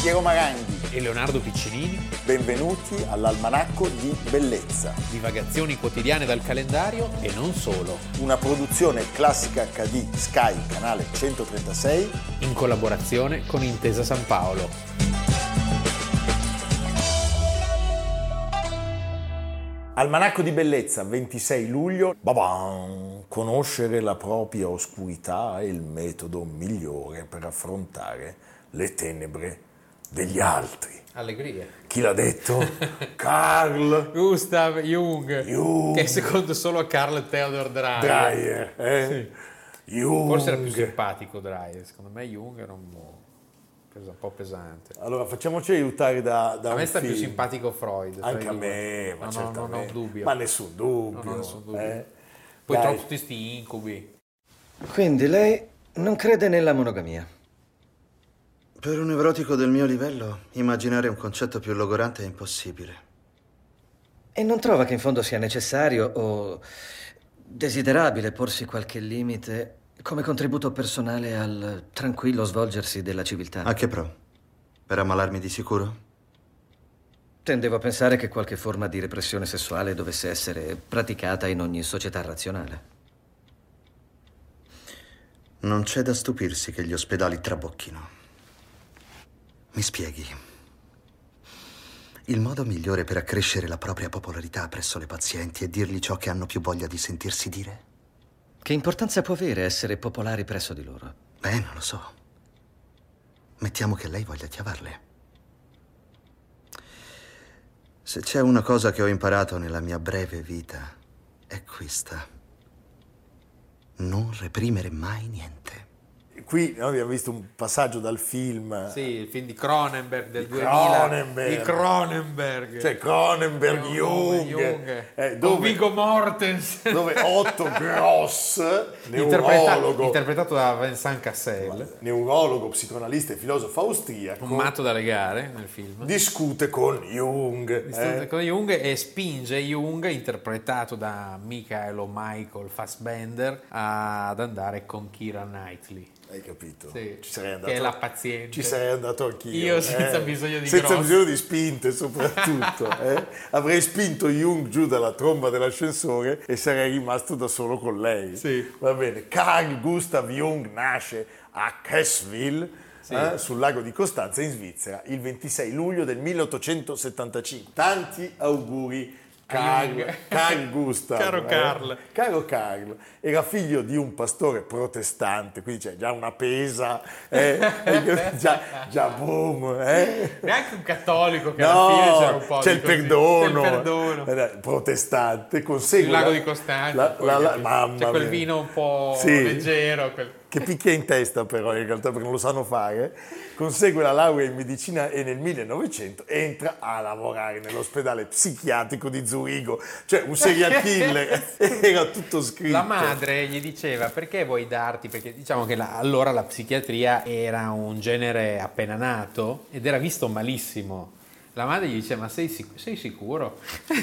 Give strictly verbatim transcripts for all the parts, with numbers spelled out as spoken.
Piero Maranghi e Leonardo Piccinini. Benvenuti all'Almanacco di Bellezza. Divagazioni quotidiane dal calendario e non solo. Una produzione Classica acca di Sky, canale centotrentasei. In collaborazione con Intesa San Paolo. Almanacco di Bellezza, ventisei luglio. Babam! Conoscere la propria oscurità è il metodo migliore per affrontare le tenebre degli altri. Allegria. Chi l'ha detto? Carl Gustav Jung, Jung. che secondo solo a Carl Theodor Dreyer. Dreyer, eh? Sì. Jung. Forse era più simpatico Dreyer, secondo me Jung era un, un po' pesante. Allora facciamoci aiutare da, da a me un sta film. più simpatico Freud. Anche a me, ma no, certamente. No, non ho dubbio. Ma nessun dubbio. No, no, nessun dubbio. Eh? Poi Dai. trovo tutti sti incubi. Quindi lei non crede nella monogamia? Per un nevrotico del mio livello, immaginare un concetto più logorante è impossibile. E non trova che in fondo sia necessario o desiderabile porsi qualche limite come contributo personale al tranquillo svolgersi della civiltà? A che pro? Per ammalarmi di sicuro? Tendevo a pensare che qualche forma di repressione sessuale dovesse essere praticata in ogni società razionale. Non c'è da stupirsi che gli ospedali trabocchino. Mi spieghi. Il modo migliore per accrescere la propria popolarità presso le pazienti è dirgli ciò che hanno più voglia di sentirsi dire? Che importanza può avere essere popolari presso di loro? Beh, non lo so. Mettiamo che lei voglia chiavarle. Se c'è una cosa che ho imparato nella mia breve vita, è questa. Non reprimere mai niente. Qui noi abbiamo visto un passaggio dal film. Sì, il film di Cronenberg del Di duemila. Cronenberg. Di Cronenberg. Cioè Cronenberg, Eh, Jung, Jung. eh, Con dove, Viggo Mortensen. dove Otto Gross, Interpreta- neurologo, interpretato da Vincent Cassel, neurologo, psicoanalista e filosofo austriaco, un matto da legare nel film. discute con Jung. Discute eh. con Jung e spinge Jung, interpretato da Michael o Michael Fassbender, ad andare con Keira Knightley. Hai capito? Sì, Ci sarei andato, che è la paziente. Ci sarei andato anch'io. Io senza eh. bisogno di Senza grosso. bisogno di spinte, soprattutto. eh. Avrei spinto Jung giù dalla tromba dell'ascensore e sarei rimasto da solo con lei. Sì. Va bene. Carl Gustav Jung nasce a Kesswil, Sì. eh, sul lago di Costanza in Svizzera, il ventisei luglio del milleottocentosettantacinque. Tanti auguri. Carl, Carl Gustav, Caro eh. Carl. Caro Carl, era figlio di un pastore protestante, quindi c'è già una pesa, eh, già, già boom, eh. Neanche un cattolico che No, alla fine c'era un po' c'è di il così. perdono, C'è il perdono. Eh, protestante, consegue Il lago la- di Costanza, la- poi, la- la- capito? mamma C'è quel mia. vino un po' Sì. leggero, quel- che picchia in testa però in realtà perché non lo sanno fare, consegue la laurea in medicina e nel millenovecento entra a lavorare nell'ospedale psichiatrico di Zurigo, cioè un serial killer, era tutto scritto. La madre gli diceva: perché vuoi darti, perché diciamo che la- allora la psichiatria era un genere appena nato ed era visto malissimo. La madre gli dice: ma sei, sic- sei sicuro?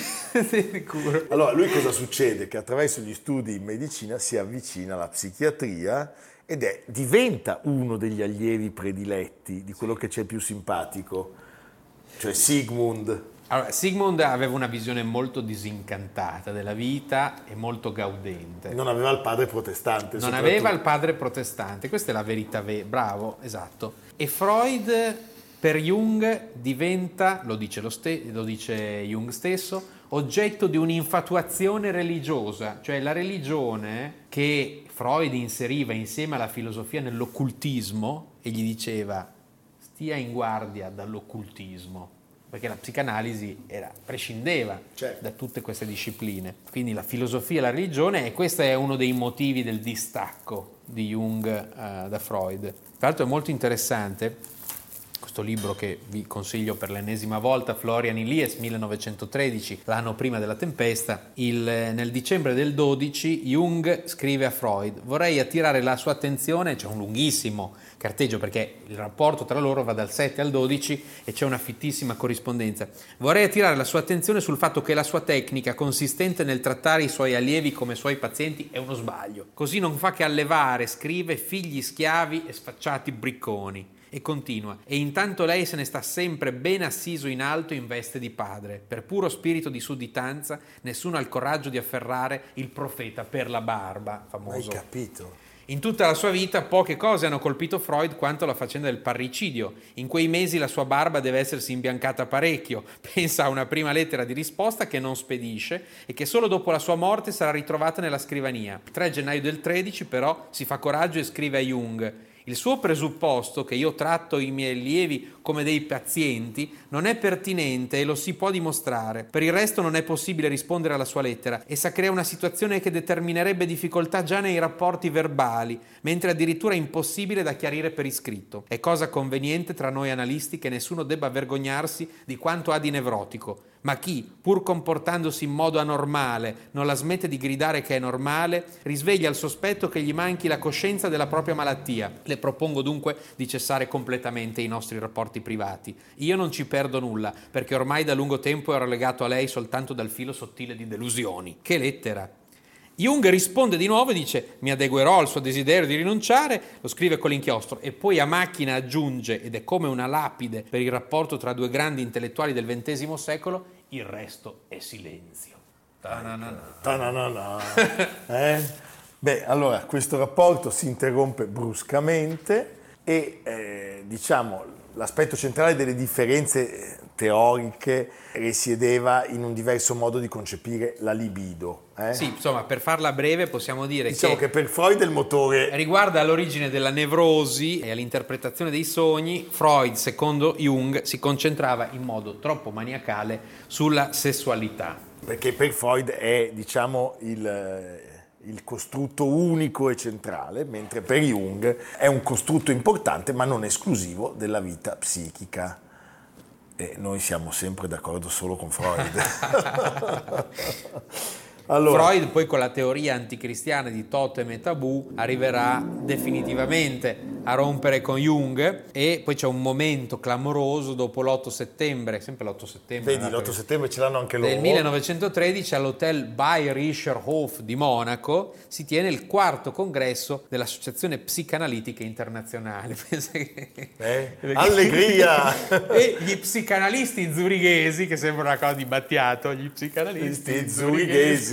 Sei sicuro? Allora, lui cosa succede? Che attraverso gli studi in medicina si avvicina alla psichiatria ed è, diventa uno degli allievi prediletti di quello che c'è più simpatico, cioè Sigmund. Allora, Sigmund aveva una visione molto disincantata della vita e molto gaudente. Non aveva il padre protestante. Non soprattutto. aveva il padre protestante, questa è la verità, ve- bravo, esatto. E Freud per Jung diventa, lo dice, lo ste- lo dice Jung stesso, oggetto di un'infatuazione religiosa, cioè la religione che Freud inseriva insieme alla filosofia nell'occultismo e gli diceva: stia in guardia dall'occultismo, perché la psicanalisi era, prescindeva Certo. da tutte queste discipline. Quindi la filosofia e la religione, e questo è uno dei motivi del distacco di Jung eh, da Freud. Tra l'altro è molto interessante questo libro che vi consiglio per l'ennesima volta, Florian Illies, millenovecentotredici, l'anno prima della tempesta. Il, nel dicembre del dodici Jung scrive a Freud: vorrei attirare la sua attenzione, c'è un lunghissimo carteggio perché il rapporto tra loro va dal sette al dodici e c'è una fittissima corrispondenza. Vorrei attirare la sua attenzione sul fatto che la sua tecnica, consistente nel trattare i suoi allievi come suoi pazienti, è uno sbaglio. Così non fa che allevare, scrive, figli schiavi e sfacciati bricconi. E continua: e intanto lei se ne sta sempre ben assiso in alto in veste di padre. Per puro spirito di sudditanza, nessuno ha il coraggio di afferrare il profeta per la barba, famoso. Hai capito? In tutta la sua vita poche cose hanno colpito Freud quanto la faccenda del parricidio. In quei mesi la sua barba deve essersi imbiancata parecchio. Pensa a una prima lettera di risposta che non spedisce e che solo dopo la sua morte sarà ritrovata nella scrivania. Il tre gennaio del tredici però si fa coraggio e scrive a Jung: il suo presupposto, che io tratto i miei allievi come dei pazienti, non è pertinente e lo si può dimostrare. Per il resto non è possibile rispondere alla sua lettera. Essa crea una situazione che determinerebbe difficoltà già nei rapporti verbali, mentre addirittura impossibile da chiarire per iscritto. È cosa conveniente tra noi analisti che nessuno debba vergognarsi di quanto ha di nevrotico. Ma chi, pur comportandosi in modo anormale, non la smette di gridare che è normale, risveglia il sospetto che gli manchi la coscienza della propria malattia. Le propongo dunque di cessare completamente i nostri rapporti privati. Io non ci perdo nulla, perché ormai da lungo tempo ero legato a lei soltanto dal filo sottile di delusioni. Che lettera! Jung risponde di nuovo e dice: mi adeguerò al suo desiderio di rinunciare, lo scrive con l'inchiostro, e poi a macchina aggiunge, ed è come una lapide per il rapporto tra due grandi intellettuali del ventesimo secolo: il resto è silenzio. Ta-na-na-na. Ta-na-na-na. eh? Beh, allora questo rapporto si interrompe bruscamente e eh, diciamo l'aspetto centrale delle differenze teoriche risiedeva in un diverso modo di concepire la libido. Eh? Sì, insomma, per farla breve possiamo dire diciamo che, che per Freud il motore riguarda all'origine della nevrosi e all'interpretazione dei sogni. Freud, secondo Jung, si concentrava in modo troppo maniacale sulla sessualità. Perché per Freud è, diciamo, il, il costrutto unico e centrale, mentre per Jung è un costrutto importante ma non esclusivo della vita psichica. E noi siamo sempre d'accordo solo con Freud. Allora, Freud poi con la teoria anticristiana di totem e tabù arriverà definitivamente a rompere con Jung, e poi c'è un momento clamoroso dopo l'otto settembre, sempre l'otto settembre. Vedi, l'otto settembre ce l'hanno anche loro. Del millenovecentotredici all'hotel Bayerischer Hof di Monaco si tiene il quarto congresso dell'Associazione Psicanalitica Internazionale. Pensa che... eh? Allegria! E gli psicanalisti zurighesi, che sembra una cosa di Battiato, gli psicanalisti zurighesi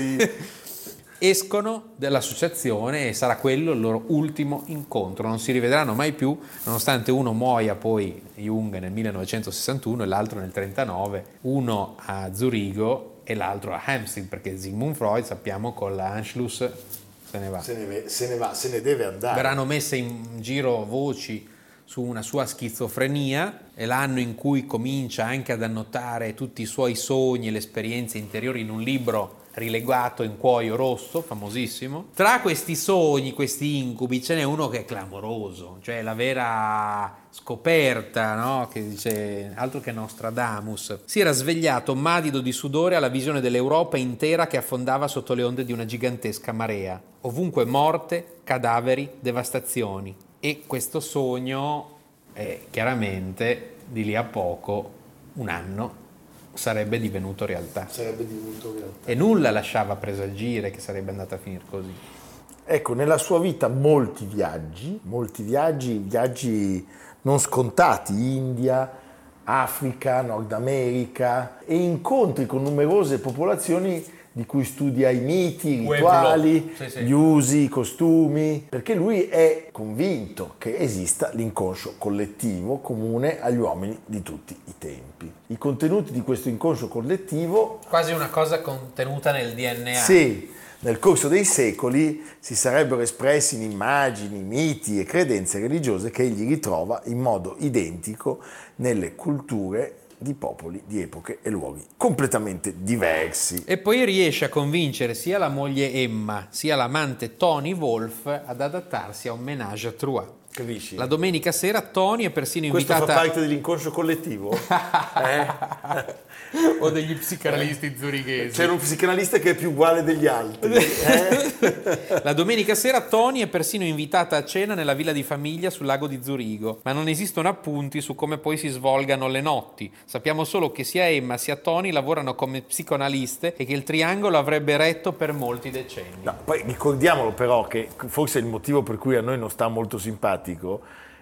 escono dall'associazione e sarà quello il loro ultimo incontro, non si rivedranno mai più, nonostante uno muoia poi, Jung, nel millenovecentosessantuno e l'altro nel trentanove, uno a Zurigo e l'altro a Hampstead, perché Sigmund Freud, sappiamo, con l'Anschluss se ne va. Se ne, se ne va, se ne deve andare. Verranno messe in giro voci su una sua schizofrenia, è l'anno in cui comincia anche ad annotare tutti i suoi sogni e le esperienze interiori in un libro rilegato in cuoio rosso, famosissimo. Tra questi sogni, questi incubi, ce n'è uno che è clamoroso, cioè la vera scoperta, no? Che dice altro che Nostradamus. Si era svegliato madido di sudore alla visione dell'Europa intera che affondava sotto le onde di una gigantesca marea. Ovunque morte, cadaveri, devastazioni. E questo sogno è chiaramente di lì a poco, un anno, sarebbe divenuto realtà. Sarebbe divenuto realtà. E nulla lasciava presagire che sarebbe andata a finire così. Ecco, nella sua vita molti viaggi, molti viaggi, viaggi non scontati, India, Africa, Nord America, e incontri con numerose popolazioni di cui studia i miti, i rituali, sì, sì. gli usi, i costumi, perché lui è convinto che esista l'inconscio collettivo comune agli uomini di tutti i tempi. I contenuti di questo inconscio collettivo... Quasi una cosa contenuta nel D N A. Sì, nel corso dei secoli si sarebbero espressi in immagini, miti e credenze religiose che egli ritrova in modo identico nelle culture di popoli, di epoche e luoghi completamente diversi. E poi riesce a convincere sia la moglie Emma sia l'amante Tony Wolf ad adattarsi a un ménage à trois. Capisci? La domenica sera Tony è persino Questo invitata... fa parte dell'inconscio collettivo? eh? O degli psicanalisti zurighesi. C'era un psicanalista che è più uguale degli altri. Eh? La domenica sera Tony è persino invitata a cena nella villa di famiglia sul lago di Zurigo, ma non esistono appunti su come poi si svolgano le notti. Sappiamo solo che sia Emma sia Tony lavorano come psicoanaliste e che il triangolo avrebbe retto per molti decenni. No, poi ricordiamolo però che forse il motivo per cui a noi non sta molto simpatico è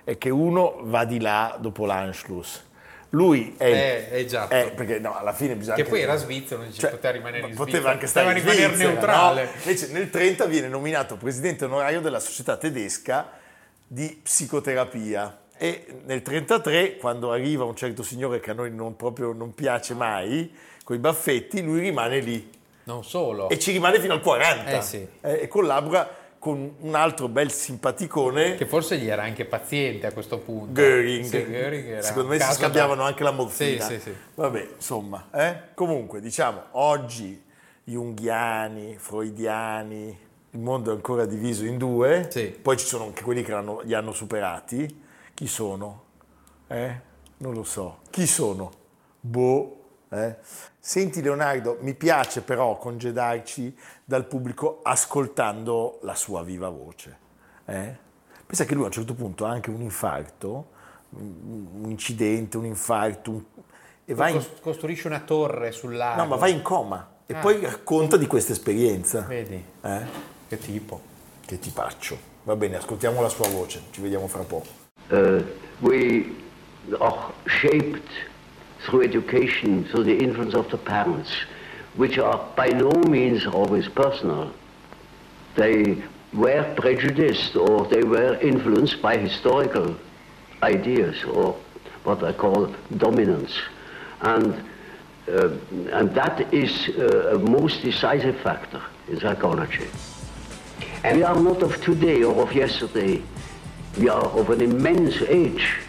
è che uno va di là dopo l'Anschluss. Lui è, Eh, esatto. è perché no, alla fine bisogna Che anche- poi era svizzero, dice, cioè, poteva rimanere in Svizzera. poteva anche stare in poteva rimanere Svizzera, neutrale. no? Invece nel trenta viene nominato presidente onorario della società tedesca di psicoterapia e nel trentatré, quando arriva un certo signore che a noi non proprio non piace mai, coi baffetti, lui rimane lì Non solo. e ci rimane fino al quaranta. Eh sì. Eh, e collabora con un altro bel simpaticone, Che forse gli era anche paziente a questo punto. Göring. Sì, Göring era Secondo un me si caso scambiavano da- anche la morfina. Sì, sì, sì. Vabbè, insomma. Eh? Comunque, diciamo, oggi junghiani, freudiani, il mondo è ancora diviso in due. Sì. Poi ci sono anche quelli che l'hanno- li hanno superati. Chi sono? Eh? Non lo so. Chi sono? Boh. Eh? Senti Leonardo, mi piace però congedarci dal pubblico ascoltando la sua viva voce. Eh? Pensa che lui a un certo punto ha anche un infarto, un un incidente, un infarto, un- e va in, Cos- costruisce una torre sul lago. no, ma va in coma e Ah. poi racconta di questa esperienza. Vedi, Eh? che tipo. Che ti faccio. Va bene, ascoltiamo la sua voce, ci vediamo fra poco. uh, we are shaped through education, through the influence of the parents, which are by no means always personal. They were prejudiced or they were influenced by historical ideas or what I call dominance. And, uh, and that is uh, a most decisive factor in psychology. And we are not of today or of yesterday. We are of an immense age.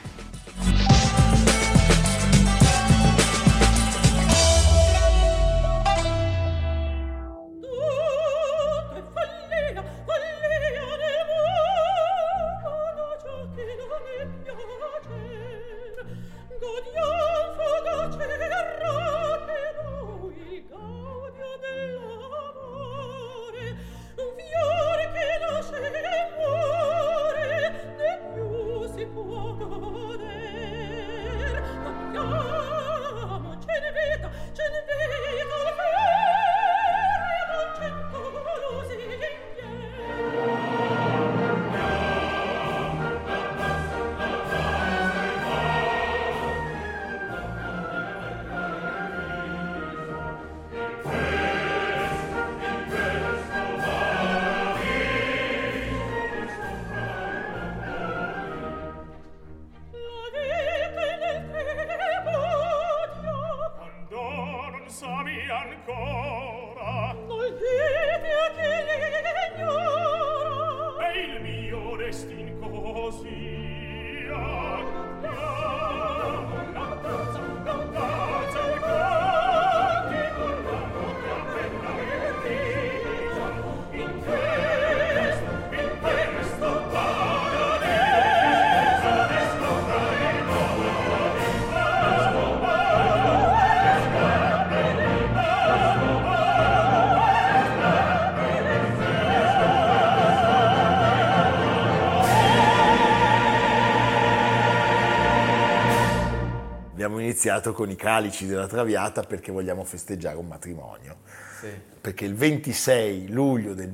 Abbiamo iniziato con i calici della Traviata perché vogliamo festeggiare un matrimonio. Sì. Perché il ventisei luglio del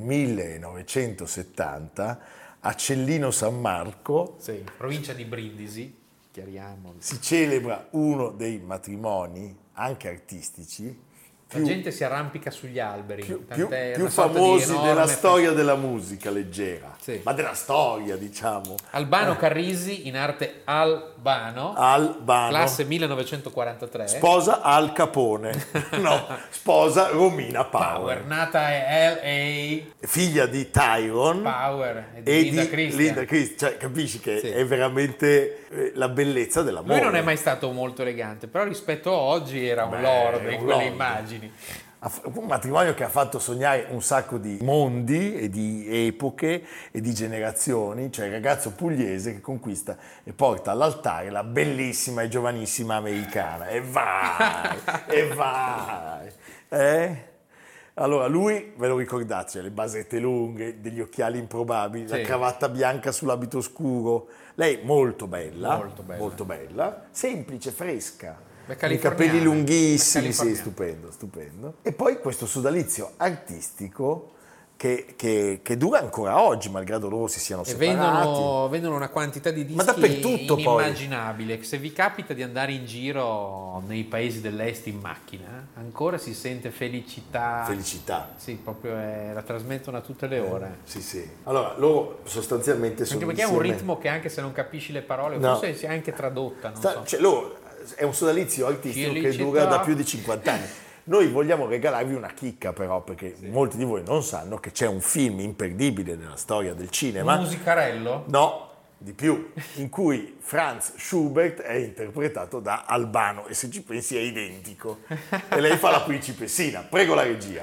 millenovecentosettanta a Cellino San Marco Sì, provincia di Brindisi, chiariamo. si celebra uno dei matrimoni, anche artistici, La gente si arrampica sugli alberi. più, tant'è più- una più sorta di famosi enorme della festa. storia della musica leggera, Sì. ma della storia, diciamo. Albano Carrisi, in arte Albano, Albano. classe millenovecentoquarantatré. Sposa Al Capone, no, sposa Romina Power, Power, nata a L A. figlia di Tyrone Power e di e Linda di Christian. Linda Christian. Cioè, capisci che Sì. è veramente eh, la bellezza dell'amore. Lui non è mai stato molto elegante, però rispetto a oggi era un Beh, lord è in un quelle lord. immagini. Ha f- Un matrimonio che ha fatto sognare un sacco di mondi e di epoche e di generazioni, cioè il ragazzo pugliese che conquista e porta all'altare la bellissima e giovanissima americana. E vai, e vai. Eh? Allora lui, ve lo ricordate, cioè, le basette lunghe, degli occhiali improbabili, Sì. la cravatta bianca sull'abito scuro. Lei molto bella, Molto bella. molto bella, semplice, fresca. La I californiana. capelli lunghissimi, La sì, californiana. stupendo, stupendo. E poi questo sodalizio artistico che, che, che dura ancora oggi, malgrado loro si siano E separati. vendono, vendono una quantità di dischi Ma dappertutto, poi. inimmaginabile. Se vi capita di andare in giro nei paesi dell'est in macchina, ancora si sente felicità. Felicità. Sì, proprio è, la trasmettono a tutte le ore. Eh, sì, sì. Allora, loro sostanzialmente sono Anche perché è un insieme- ritmo che anche se non capisci le parole, No. forse sia anche tradotta, non Sta- so. cioè, loro, è un sodalizio artistico che Felicità. dura da più di cinquanta anni. Noi vogliamo regalarvi una chicca però, perché molti di voi non sanno che c'è un film imperdibile nella storia del cinema. Un musicarello? No, di più, in cui Franz Schubert è interpretato da Albano e se ci pensi è identico. E lei fa la principessina. Prego la regia.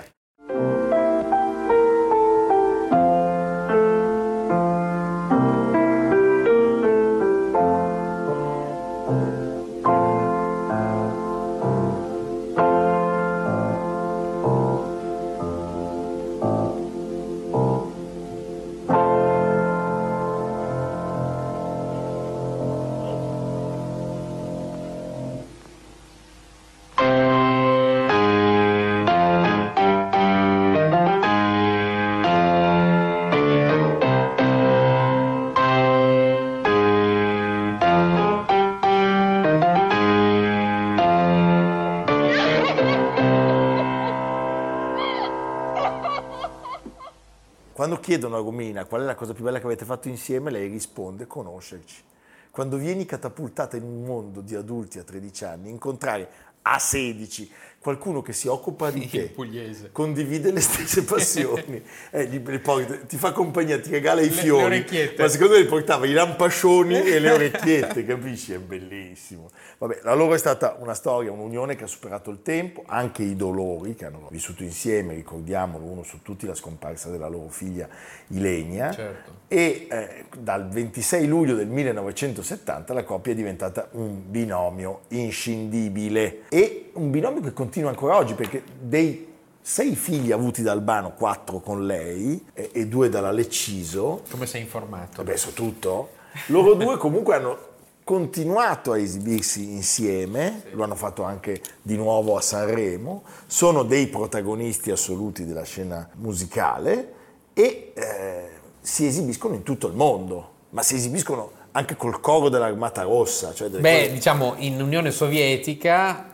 Quando chiedono a Romina qual è la cosa più bella che avete fatto insieme, lei risponde conoscerci. Quando vieni catapultata in un mondo di adulti a tredici anni, incontrare a sedici qualcuno che si occupa di te, pugliese. condivide le stesse passioni, eh, gli- le porta- ti fa compagnia, ti regala i Le- le fiori, orecchiette. ma secondo me gli portava i lampascioni e le orecchiette, capisci? È bellissimo. Vabbè, la loro è stata una storia, un'unione che ha superato il tempo, anche i dolori che hanno vissuto insieme, ricordiamolo, uno su tutti, la scomparsa della loro figlia Ilenia. Certo. E eh, dal ventisei luglio del millenovecentosettanta la coppia è diventata un binomio inscindibile e un binomio che continua ancora oggi, perché dei sei figli avuti da Albano, quattro con lei e, e due dalla Lecciso, Come sei informato? vabbè so tutto, loro due comunque hanno continuato a esibirsi insieme, lo hanno fatto anche di nuovo a Sanremo, sono dei protagonisti assoluti della scena musicale e eh, si esibiscono in tutto il mondo, ma si esibiscono anche col coro dell'Armata Rossa. Cioè delle Beh, cose- diciamo in Unione Sovietica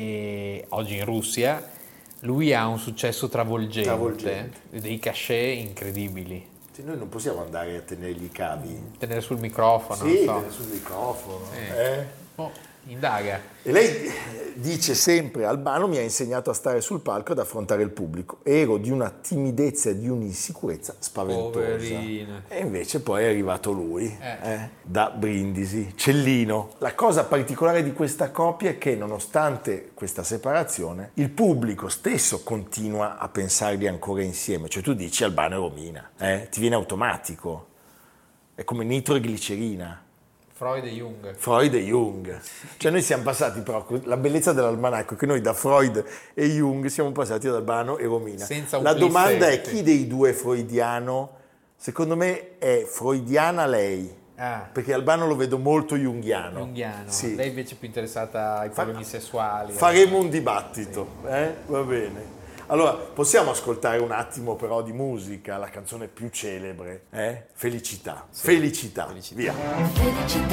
e oggi in Russia lui ha un successo travolgente, Travolgente. e dei cachet incredibili. Sì, noi non possiamo andare a tenergli i cavi. Tenere sul microfono, Sì, non tenere so. sul microfono. Eh. eh. Oh, indaga. E lei eh, dice sempre, Albano mi ha insegnato a stare sul palco ed affrontare il pubblico. Ero di una timidezza e di un'insicurezza spaventosa. Poverina. E invece poi è arrivato lui, Eh. eh, da Brindisi, Cellino. La cosa particolare di questa coppia è che nonostante questa separazione, il pubblico stesso continua a pensarli ancora insieme. Cioè tu dici Albano e Romina, eh, ti viene automatico. È come nitro e glicerina. Freud e Jung. Freud e Jung. Cioè noi siamo passati però, la bellezza dell'almanacco è che noi da Freud e Jung siamo passati ad Albano e Romina. Senza un La domanda è cliffhanger. chi dei due è freudiano? Secondo me è freudiana lei, Ah, perché Albano lo vedo molto junghiano. junghiano. Sì. Lei invece è più interessata ai Fa- problemi sessuali. Faremo un dibattito, eh? Va bene. Allora, possiamo ascoltare un attimo però di musica, la canzone più celebre, eh? Felicità. Felicità. Felicità. Via. Felicità,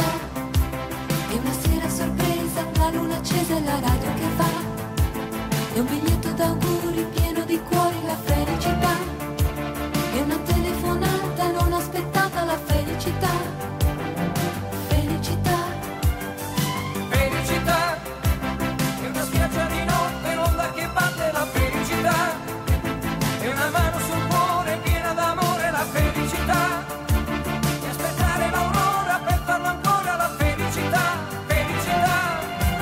è una sera sorpresa, la luna accesa e la radio che va. È un biglietto d'auguri pieno di cuori, la felicità. È una telefonata non aspettata, la felicità. Felicità, Felicità, è una spiaggia di notte, l'onda che batte la felicità, è una mano sul cuore piena d'amore la felicità, e aspettare l'aurora per farlo ancora la felicità, felicità.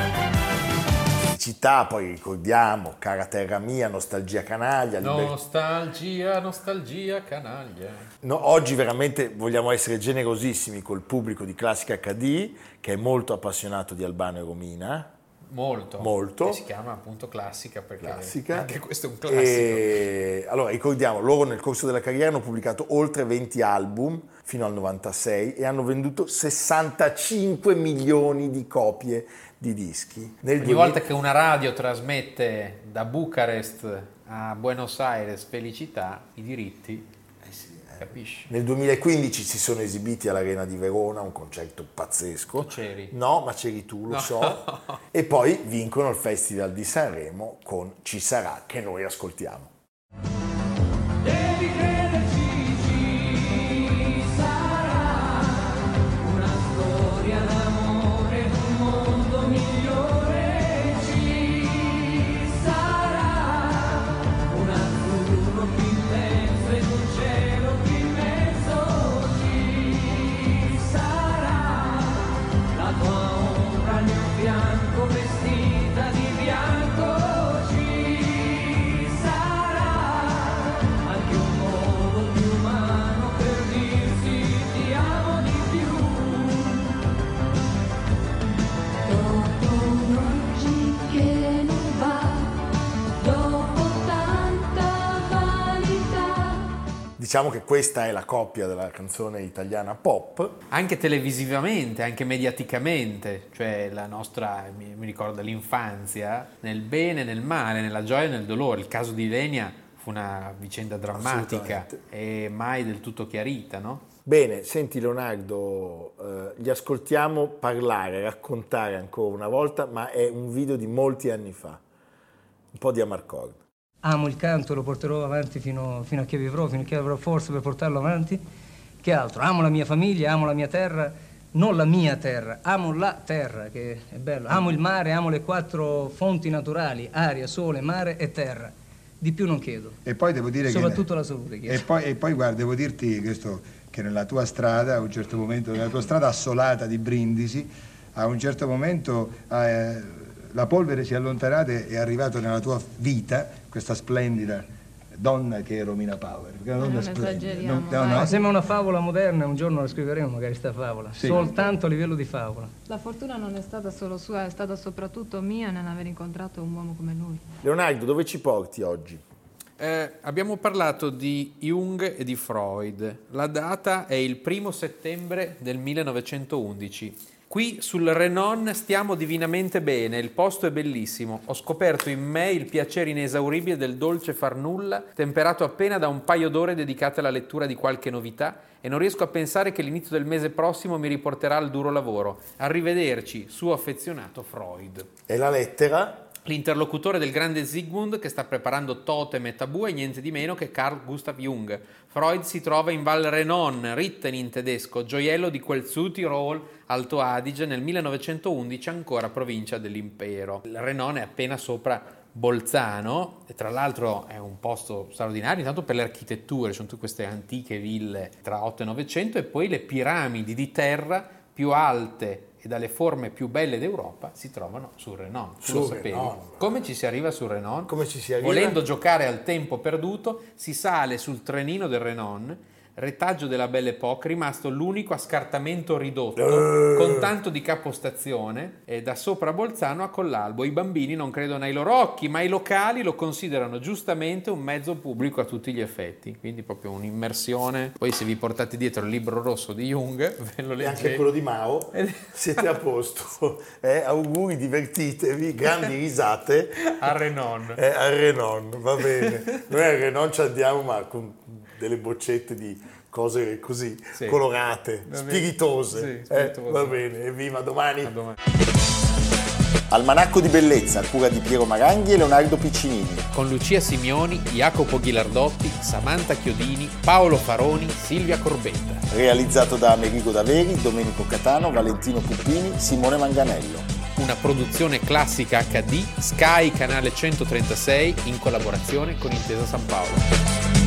Felicità, poi ricordiamo, cara terra mia, nostalgia canaglia. liber- Nostalgia, nostalgia, canaglia. No, oggi veramente vogliamo essere generosissimi col pubblico di Classica acca di, che è molto appassionato di Albano e Romina. Molto. Molto. E si chiama appunto classica perché Classica. anche questo è un classico. E, allora, ricordiamo, loro nel corso della carriera hanno pubblicato oltre venti album fino al novantasei e hanno venduto sessantacinque milioni di copie di dischi. Nel Ogni duemila volta che una radio trasmette da Bucarest a Buenos Aires felicità, i diritti, Eh sì, eh. capisci? Nel duemilaquindici si sono esibiti all'Arena di Verona, un concerto pazzesco. Tu c'eri? No, ma c'eri tu, lo No. so. E poi vincono il Festival di Sanremo con Ci sarà, che noi ascoltiamo. Devi crederci, ci sarà una storia d'amore, un mondo migliore, ci sarà un azzurro più intenso ed un cielo più immenso, ci sarà la tua ombra al mio fianco vestita di bianco, ci sarà anche un modo più umano per dirsi ti amo di più. Dopo un'oggi che non va, dopo tanta vanità. Diciamo che questa è la coppia della canzone italiana pop. Anche televisivamente, anche mediaticamente, cioè la nostra, mi, mi ricordo l'infanzia, nel bene, nel male, nella gioia e nel dolore. Il caso di Lenia fu una vicenda drammatica Assolutamente. e mai del tutto chiarita, no? Bene, senti Leonardo, eh, li ascoltiamo parlare, raccontare ancora una volta, ma è un video di molti anni fa. Un po' di Amarcord. Amo il canto, lo porterò avanti fino, fino a che vivrò, fino a che avrò forza per portarlo avanti. Che altro? Amo la mia famiglia, amo la mia terra, non la mia terra, amo la terra, che è bello. Amo il mare, amo le quattro fonti naturali, aria, sole, mare e terra. Di più non chiedo. E poi devo dire Soprattutto che... la salute chiedo. E poi, e poi guarda, devo dirti questo, che nella tua strada, a un certo momento, nella tua strada assolata di Brindisi, a un certo momento eh, la polvere si è allontanata e è arrivato nella tua vita questa splendida donna che è Romina Power. Perché è una Ma donna non splendida. esageriamo, no, vai. no. No, sembra una favola moderna, un giorno la scriveremo magari sta favola. Sì. Soltanto a livello di favola. La fortuna non è stata solo sua, è stata soprattutto mia nell'aver incontrato un uomo come lui. Leonardo, dove ci porti oggi? Eh, abbiamo parlato di Jung e di Freud. La data è il primo settembre del millenovecentoundici. Qui sul Renon stiamo divinamente bene, il posto è bellissimo. Ho scoperto in me il piacere inesauribile del dolce far nulla, temperato appena da un paio d'ore dedicate alla lettura di qualche novità, e non riesco a pensare che l'inizio del mese prossimo mi riporterà al duro lavoro. Arrivederci, suo affezionato Freud. E la lettera? L'interlocutore del grande Sigmund, che sta preparando Totem e Tabù, è niente di meno che Carl Gustav Jung. Freud si trova in Val Renon, Ritten in tedesco, gioiello di quel Südtirol, Alto Adige, nel millenovecentoundici, ancora provincia dell'impero. Il Renon è appena sopra Bolzano, e tra l'altro è un posto straordinario, intanto per le architetture, sono tutte queste antiche ville tra otto e novecento, e poi le piramidi di terra più alte e dalle forme più belle d'Europa si trovano sul Renon. Tu Sul lo sapevi? Renon. Come ci si arriva sul Renon? Come ci si arriva? Volendo giocare al tempo perduto, si sale sul trenino del Renon, retaggio della Belle Époque, rimasto l'unico a scartamento ridotto, Eh. con tanto di capostazione, e da sopra Bolzano a Collalbo. I bambini non credono ai loro occhi, ma i locali lo considerano giustamente un mezzo pubblico a tutti gli effetti. Quindi proprio un'immersione. Poi se vi portate dietro il libro rosso di Jung, ve lo E leggete. anche quello di Mao, siete a posto. Eh, auguri, divertitevi, grandi risate. A Renon. Eh, al Renon, va bene. Noi al Renon ci andiamo, ma con delle boccette di cose così, Sì. colorate, Va bene. spiritose. Sì, Eh, spiritose. va bene, evviva, domani. A domani. Almanacco di bellezza, a cura di Piero Maranghi e Leonardo Piccinini. Con Lucia Simioni, Jacopo Ghilardotti, Samantha Chiodini, Paolo Faroni, Silvia Corbetta. Realizzato da Amerigo Daveri, Domenico Catano, Valentino Puppini, Simone Manganello. Una produzione classica acca di, Sky Canale centotrentasei, in collaborazione con Intesa San Paolo.